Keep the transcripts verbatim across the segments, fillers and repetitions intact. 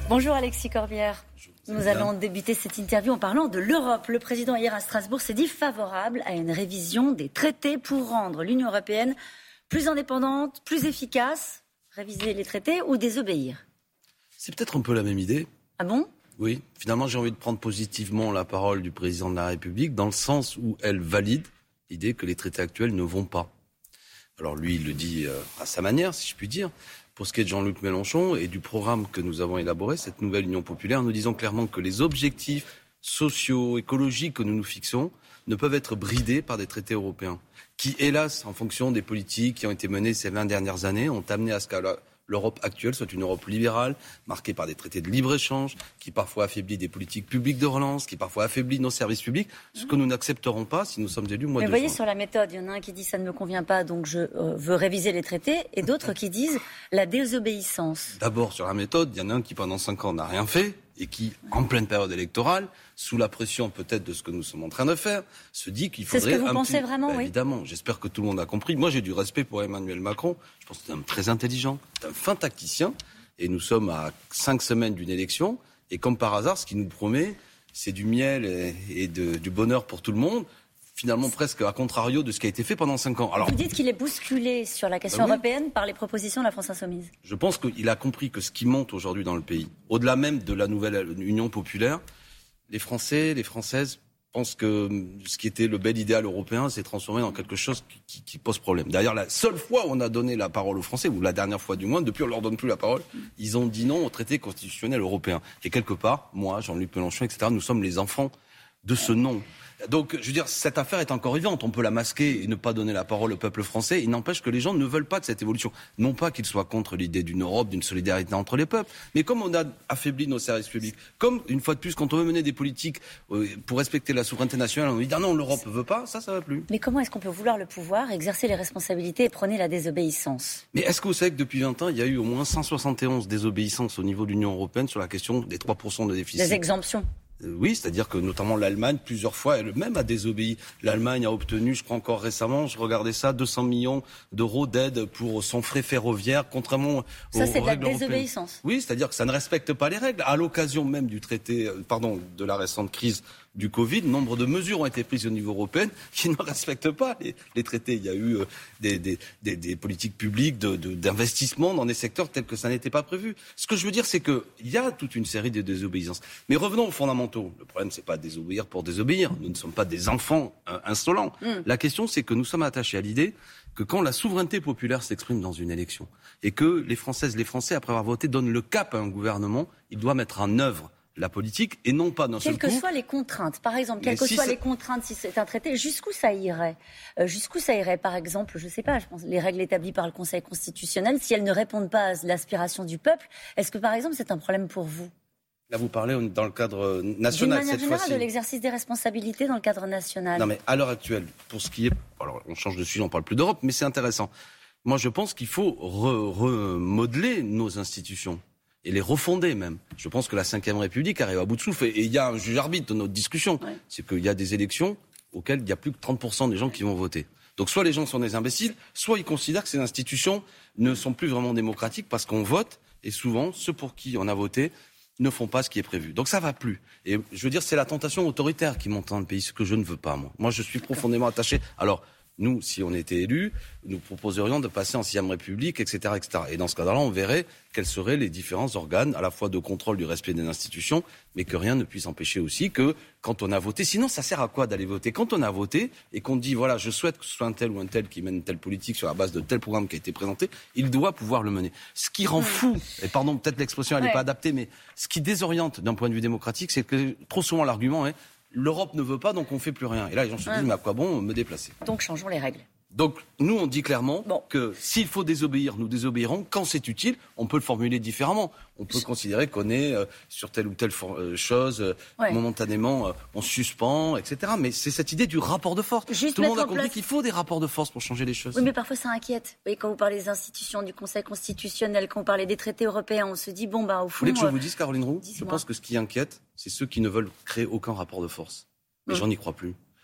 Bonjour Alexis Corbière. Nous allons débuter cette interview en parlant de l'Europe. Le président hier à Strasbourg s'est dit favorable à une révision des traités pour rendre l'Union européenne plus indépendante, plus efficace. Réviser les traités ou désobéir? C'est peut-être un peu la même idée. Ah bon? Oui, finalement j'ai envie de prendre positivement la parole du président de la République dans le sens où elle valide l'idée que les traités actuels ne vont pas. Alors lui, il le dit euh, à sa manière, si je puis dire. Pour ce qui est de Jean-Luc Mélenchon et du programme que nous avons élaboré, cette nouvelle Union populaire, nous disons clairement que les objectifs sociaux, écologiques que nous nous fixons ne peuvent être bridés par des traités européens qui, hélas, en fonction des politiques qui ont été menées ces vingt dernières années, ont amené à ce que l'Europe actuelle soit une Europe libérale, marquée par des traités de libre-échange, qui parfois affaiblit des politiques publiques de relance, qui parfois affaiblit nos services publics, ce que nous n'accepterons pas si nous sommes élus au mois de juin. Mais vous voyez, sur la méthode, il y en a un qui dit ça ne me convient pas, donc je euh, veux réviser les traités, et d'autres qui disent la désobéissance. D'abord, sur la méthode, il y en a un qui pendant cinq ans n'a rien fait, et qui, en pleine période électorale, sous la pression peut-être de ce que nous sommes en train de faire, se dit qu'il faudrait... C'est ce que vous un pensez petit... vraiment, bah, oui. Évidemment, j'espère que tout le monde a compris. Moi, j'ai du respect pour Emmanuel Macron. Je pense que c'est un homme très intelligent, c'est un fin tacticien. Et nous sommes à cinq semaines d'une élection. Et comme par hasard, ce qu'il nous promet, c'est du miel et, et de, du bonheur pour tout le monde. Finalement, presque à contrario de ce qui a été fait pendant cinq ans. Alors, vous dites qu'il est bousculé sur la question bah oui. européenne par les propositions de la France Insoumise. Je pense qu'il a compris que ce qui monte aujourd'hui dans le pays, au-delà même de la nouvelle Union populaire, les Français, les Françaises pensent que ce qui était le bel idéal européen s'est transformé dans quelque chose qui, qui, qui pose problème. D'ailleurs, la seule fois où on a donné la parole aux Français, ou la dernière fois du moins, depuis on ne leur donne plus la parole, ils ont dit non au traité constitutionnel européen. Et quelque part, moi, Jean-Luc Mélenchon, et cetera, nous sommes les enfants de ce non. Donc, je veux dire, cette affaire est encore vivante. On peut la masquer et ne pas donner la parole au peuple français. Il n'empêche que les gens ne veulent pas de cette évolution. Non pas qu'ils soient contre l'idée d'une Europe, d'une solidarité entre les peuples, mais comme on a affaibli nos services publics, comme, une fois de plus, quand on veut mener des politiques pour respecter la souveraineté nationale, on dit « Ah non, l'Europe ne veut pas », ça, ça ne va plus. Mais comment est-ce qu'on peut vouloir le pouvoir, exercer les responsabilités et prôner la désobéissance? Mais est-ce que vous savez que depuis vingt ans, il y a eu au moins cent soixante et onze désobéissances au niveau de l'Union européenne sur la question des trois pour cent de déficit? Des exemptions. Oui, c'est-à-dire que notamment l'Allemagne, plusieurs fois, elle-même a désobéi. L'Allemagne a obtenu, je crois encore récemment, je regardais ça, deux cents millions d'euros d'aide pour son frais ferroviaire, contrairement aux ça, c'est règles de la européennes. désobéissance. Oui, c'est-à-dire que ça ne respecte pas les règles. À l'occasion même du traité, pardon, de la récente crise du Covid, nombre de mesures ont été prises au niveau européen qui ne respectent pas les, les traités. Il y a eu euh, des, des, des, des politiques publiques de, de, d'investissement dans des secteurs tels que ça n'était pas prévu. Ce que je veux dire, c'est qu'il y a toute une série de désobéissances. Mais revenons aux fondamentaux. Le problème, c'est pas désobéir pour désobéir. Nous ne sommes pas des enfants euh, insolents. Mm. La question, c'est que nous sommes attachés à l'idée que quand la souveraineté populaire s'exprime dans une élection et que les Françaises, les Français, après avoir voté, donnent le cap à un gouvernement, il doit mettre en œuvre la politique et non pas d'un seul coup. Quelles que soient les contraintes, par exemple, quelles que si soient c'est... les contraintes, si c'est un traité, jusqu'où ça irait euh, Jusqu'où ça irait, par exemple, je ne sais pas, je pense, les règles établies par le Conseil constitutionnel, si elles ne répondent pas à l'aspiration du peuple, est-ce que, par exemple, c'est un problème pour vous? Là, vous parlez dans le cadre national, D'une manière cette générale, fois-ci. de l'exercice des responsabilités dans le cadre national. Non, mais à l'heure actuelle, pour ce qui est... Alors, on change de sujet, on ne parle plus d'Europe, mais c'est intéressant. Moi, je pense qu'il faut re- remodeler nos institutions. Et les refonder même. Je pense que la cinquième République arrive à bout de souffle. Et il y a un juge arbitre dans notre discussion. Ouais. C'est qu'il y a des élections auxquelles il n'y a plus que trente pour cent des gens qui vont voter. Donc soit les gens sont des imbéciles, soit ils considèrent que ces institutions ne sont plus vraiment démocratiques parce qu'on vote. Et souvent, ceux pour qui on a voté ne font pas ce qui est prévu. Donc ça va plus. Et je veux dire, c'est la tentation autoritaire qui monte dans le pays, ce que je ne veux pas, moi. Moi, je suis profondément attaché. Alors, nous, si on était élus, nous proposerions de passer en sixième République, et cetera, et cetera. Et dans ce cas-là, on verrait quels seraient les différents organes, à la fois de contrôle du respect des institutions, mais que rien ne puisse empêcher aussi que, quand on a voté, sinon ça sert à quoi d'aller voter? Quand on a voté et qu'on dit, voilà, je souhaite que ce soit un tel ou un tel qui mène telle politique sur la base de tel programme qui a été présenté, il doit pouvoir le mener. Ce qui rend fou, et pardon, peut-être l'expression elle n'est ouais. pas adaptée, mais ce qui désoriente d'un point de vue démocratique, c'est que trop souvent l'argument est l'Europe ne veut pas, donc on ne fait plus rien. Et là, les gens se disent, ouais. mais à quoi bon me déplacer? Donc changeons les règles. Donc, nous, on dit clairement bon. que s'il faut désobéir, nous désobéirons. Quand c'est utile, on peut le formuler différemment. On peut considérer qu'on est euh, sur telle ou telle for- euh, chose, euh, ouais. momentanément, euh, on suspend, et cetera. Mais c'est cette idée du rapport de force. Juste Tout le monde a compris place... qu'il faut des rapports de force pour changer les choses. Oui, mais parfois ça inquiète. Vous voyez, quand vous parlez des institutions, du Conseil constitutionnel, quand vous parlez des traités européens, on se dit, bon, bah, au fond... Vous voulez que je vous dise, Caroline Roux? Dites-moi. Je pense que ce qui inquiète, c'est ceux qui ne veulent créer aucun rapport de force. Les mmh. gens n'y croient plus.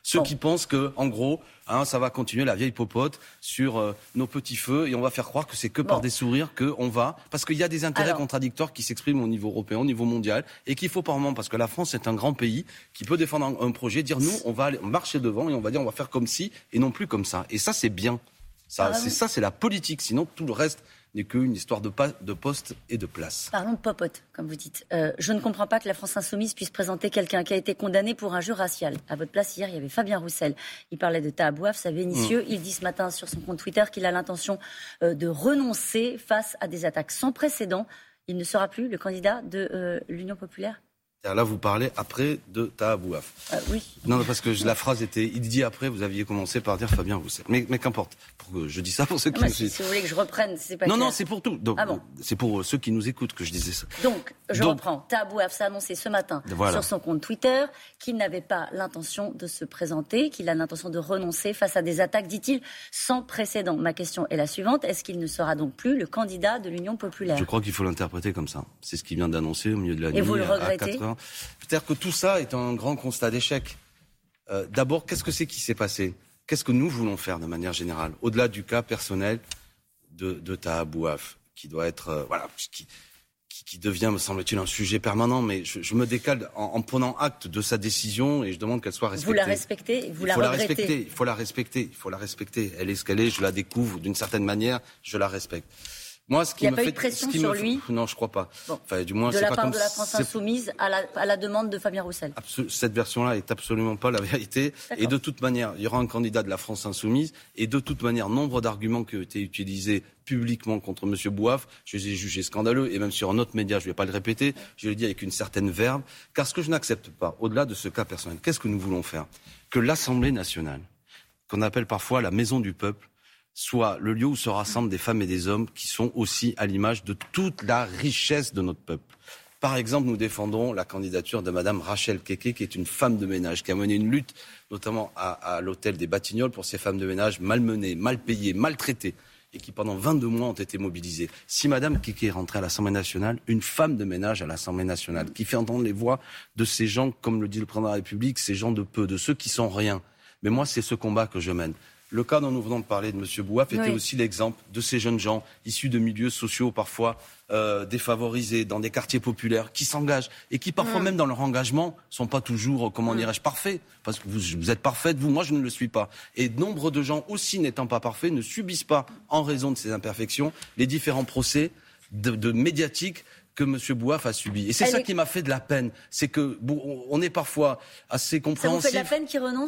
Ceux bon. qui pensent que, en gros, hein, ça va continuer la vieille popote sur euh, nos petits feux et on va faire croire que c'est que bon. par des sourires qu'on va... Parce qu'il y a des intérêts Alors. contradictoires qui s'expriment au niveau européen, au niveau mondial, et qu'il faut par moment, parce que la France est un grand pays qui peut défendre un, un projet, dire nous, on va aller marcher devant et on va dire on va faire comme ci et non plus comme ça. Et ça, c'est bien. Ça, c'est ça, c'est la politique. Sinon, tout le reste n'est qu'une histoire de, pa- de poste et de place. Parlons de popote, comme vous dites. Euh, je ne comprends pas que la France Insoumise puisse présenter quelqu'un qui a été condamné pour un jeu racial. À votre place, hier, il y avait Fabien Roussel. Il parlait de Tahabouaf, ça Vénitieux. Mmh. Il dit ce matin sur son compte Twitter qu'il a l'intention euh, de renoncer face à des attaques sans précédent. Il ne sera plus le candidat de euh, l'Union populaire ? Là, vous parlez après de Tahabouaf. Euh, oui. Non, parce que la phrase était... Il dit après, vous aviez commencé par dire Fabien Roussel. Mais, mais qu'importe. Pour, je dis ça pour ceux qui non, nous si, si vous voulez que je reprenne, c'est pas Non, clair. non, c'est pour tout. Donc, ah bon. C'est pour ceux qui nous écoutent que je disais ça. Donc, je Donc, reprends. Tahabouaf s'est annoncé ce matin voilà. sur son compte Twitter qu'il n'avait pas l'intention de se présenter, qu'il a l'intention de renoncer face à des attaques, dit-il, sans précédent. Ma question est la suivante. Est-ce qu'il ne sera donc plus le candidat de l'Union populaire ? Je crois qu'il faut l'interpréter comme ça. C'est ce qu'il vient d'annoncer au milieu de la Et nuit. Et vous le à, regrettez ? à quatre heures. C'est-à-dire que tout ça est un grand constat d'échec. Euh, d'abord, qu'est-ce que c'est qui s'est passé ? Qu'est-ce que nous voulons faire de manière générale ? Au-delà du cas personnel de, de Tahabouaf, qui doit être... Euh, voilà, qui, qui, qui devient, me semble-t-il, un sujet permanent, mais je, je me décale en, en prenant acte de sa décision et je demande qu'elle soit respectée. Vous la respectez ? Vous il la faut regrettez ? la respecter, il faut la respecter, il faut la respecter. Elle est ce qu'elle est, je la découvre d'une certaine manière, je la respecte. Moi, ce qui il n'y a me pas fait, eu de pression ce qui sur me... lui ? Non, je crois pas. Bon. Enfin, du moins, de c'est la pas part comme de la France insoumise à la, à la demande de Fabien Roussel. Absol- cette version-là est absolument pas la vérité. D'accord. Et de toute manière, il y aura un candidat de la France insoumise. Et de toute manière, nombre d'arguments qui ont été utilisés publiquement contre M. Bouaf, je les ai jugés scandaleux. Et même sur un autre média, je ne vais pas le répéter, je le dis avec une certaine verve. Car ce que je n'accepte pas, au-delà de ce cas personnel, qu'est-ce que nous voulons faire ? Que l'Assemblée nationale, qu'on appelle parfois la maison du peuple, soit le lieu où se rassemblent des femmes et des hommes qui sont aussi à l'image de toute la richesse de notre peuple. Par exemple, nous défendons la candidature de Madame Rachel Keke, qui est une femme de ménage, qui a mené une lutte, notamment à, à l'hôtel des Batignolles, pour ces femmes de ménage malmenées, mal payées, maltraitées, et qui pendant vingt-deux mois ont été mobilisées. Si Madame Keke est rentrée à l'Assemblée nationale, une femme de ménage à l'Assemblée nationale, qui fait entendre les voix de ces gens, comme le dit le président de la République, ces gens de peu, de ceux qui sont rien. Mais moi, c'est ce combat que je mène. Le cas dont nous venons de parler de M. Bouaf était oui. aussi l'exemple de ces jeunes gens issus de milieux sociaux parfois euh, défavorisés, dans des quartiers populaires, qui s'engagent et qui parfois mmh. même dans leur engagement sont pas toujours, comment mmh. dirais-je, parfaits. Parce que vous, vous êtes parfaite, vous, moi je ne le suis pas. Et nombre de gens aussi n'étant pas parfaits ne subissent pas, en raison de ces imperfections, les différents procès de, de médiatiques que M. Bouaf a subi. Et c'est Elle ça est... qui m'a fait de la peine. C'est que bon, on est parfois assez compréhensif. Ça vous fait de la peine qu'il renonce ?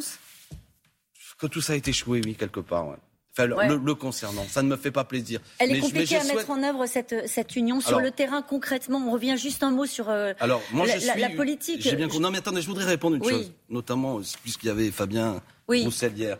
Que tout ça a été échoué, oui, quelque part. Ouais. Enfin, ouais. le, le concernant, ça ne me fait pas plaisir. Elle mais est compliquée je, à souhaite... mettre en œuvre cette, cette union sur Alors, le terrain concrètement. On revient juste un mot sur euh, Alors, moi, la, je suis, la, la politique. J'ai bien... Non, mais attendez, je voudrais répondre une oui. chose, notamment puisqu'il y avait Fabien oui. Roussel hier.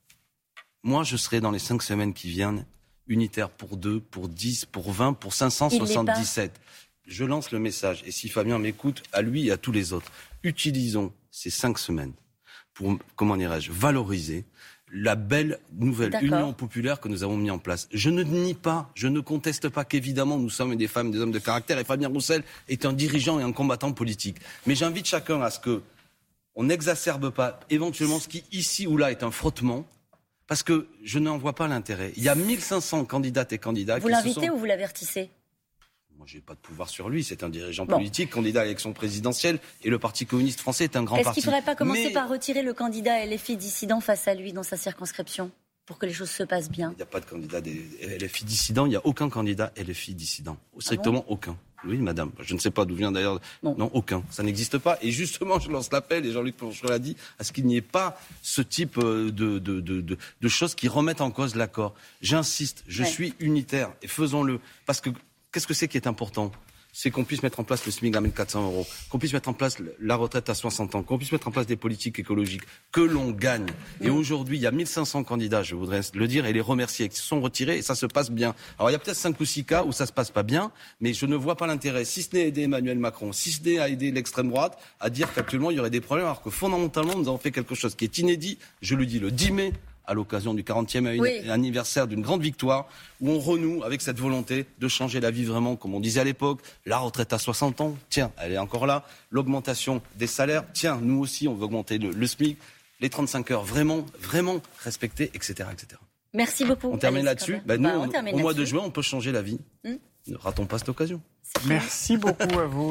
Moi, je serai dans les cinq semaines qui viennent unitaire pour deux, pour dix, pour vingt, pour cinq cent soixante-dix-sept. Je lance le message, et si Fabien m'écoute, à lui et à tous les autres, utilisons ces cinq semaines pour, comment dirais-je, valoriser la belle nouvelle D'accord. union populaire que nous avons mis en place. Je ne nie pas, je ne conteste pas qu'évidemment nous sommes des femmes, des hommes de caractère, et Fabien Roussel est un dirigeant et un combattant politique. Mais j'invite chacun à ce que on n'exacerbe pas éventuellement ce qui ici ou là est un frottement, parce que je n'en vois pas l'intérêt. Il y a mille cinq cents candidates et candidats. Vous qui l'invitez se sont... ou vous l'avertissez ? Moi, je n'ai pas de pouvoir sur lui. C'est un dirigeant bon. politique, candidat à l'élection présidentielle. Et le Parti communiste français est un grand Est-ce parti. Est-ce qu'il ne faudrait pas commencer Mais... par retirer le candidat L F I dissident face à lui dans sa circonscription pour que les choses se passent bien ? Il n'y a pas de candidat L F I dissident. Il n'y a aucun candidat L F I dissident. Strictement ah bon aucun. Oui, madame. Je ne sais pas d'où vient d'ailleurs. Bon. Non, aucun. Ça n'existe pas. Et justement, je lance l'appel, et Jean-Luc Mélenchon l'a dit, à ce qu'il n'y ait pas ce type de, de, de, de, de choses qui remettent en cause l'accord. J'insiste, je ouais. suis unitaire. Et faisons-le. Parce que qu'est-ce que c'est qui est important ? C'est qu'on puisse mettre en place le SMIC à mille quatre cents euros, qu'on puisse mettre en place la retraite à soixante ans, qu'on puisse mettre en place des politiques écologiques, que l'on gagne. Et mmh. aujourd'hui, il y a mille cinq cents candidats, je voudrais le dire, et les remercier, qui se sont retirés, et ça se passe bien. Alors il y a peut-être cinq ou six cas où ça se passe pas bien, mais je ne vois pas l'intérêt, si ce n'est aider Emmanuel Macron, si ce n'est à aider l'extrême droite, à dire qu'actuellement il y aurait des problèmes, alors que fondamentalement nous avons fait quelque chose qui est inédit, je le dis, le dix mai, à l'occasion du quarantième oui. anniversaire d'une grande victoire, où on renoue avec cette volonté de changer la vie vraiment, comme on disait à l'époque, la retraite à soixante ans, tiens, elle est encore là, l'augmentation des salaires, tiens, nous aussi on veut augmenter le, le SMIC, les trente-cinq heures vraiment, vraiment respectées, et cetera, et cetera. Merci beaucoup. On termine Alexis là-dessus. Corbière. Bah, nous, Bah, on on, termine au mois de là-dessus. juin, on peut changer la vie. Hmm. Ne ratons pas cette occasion. Merci beaucoup à vous.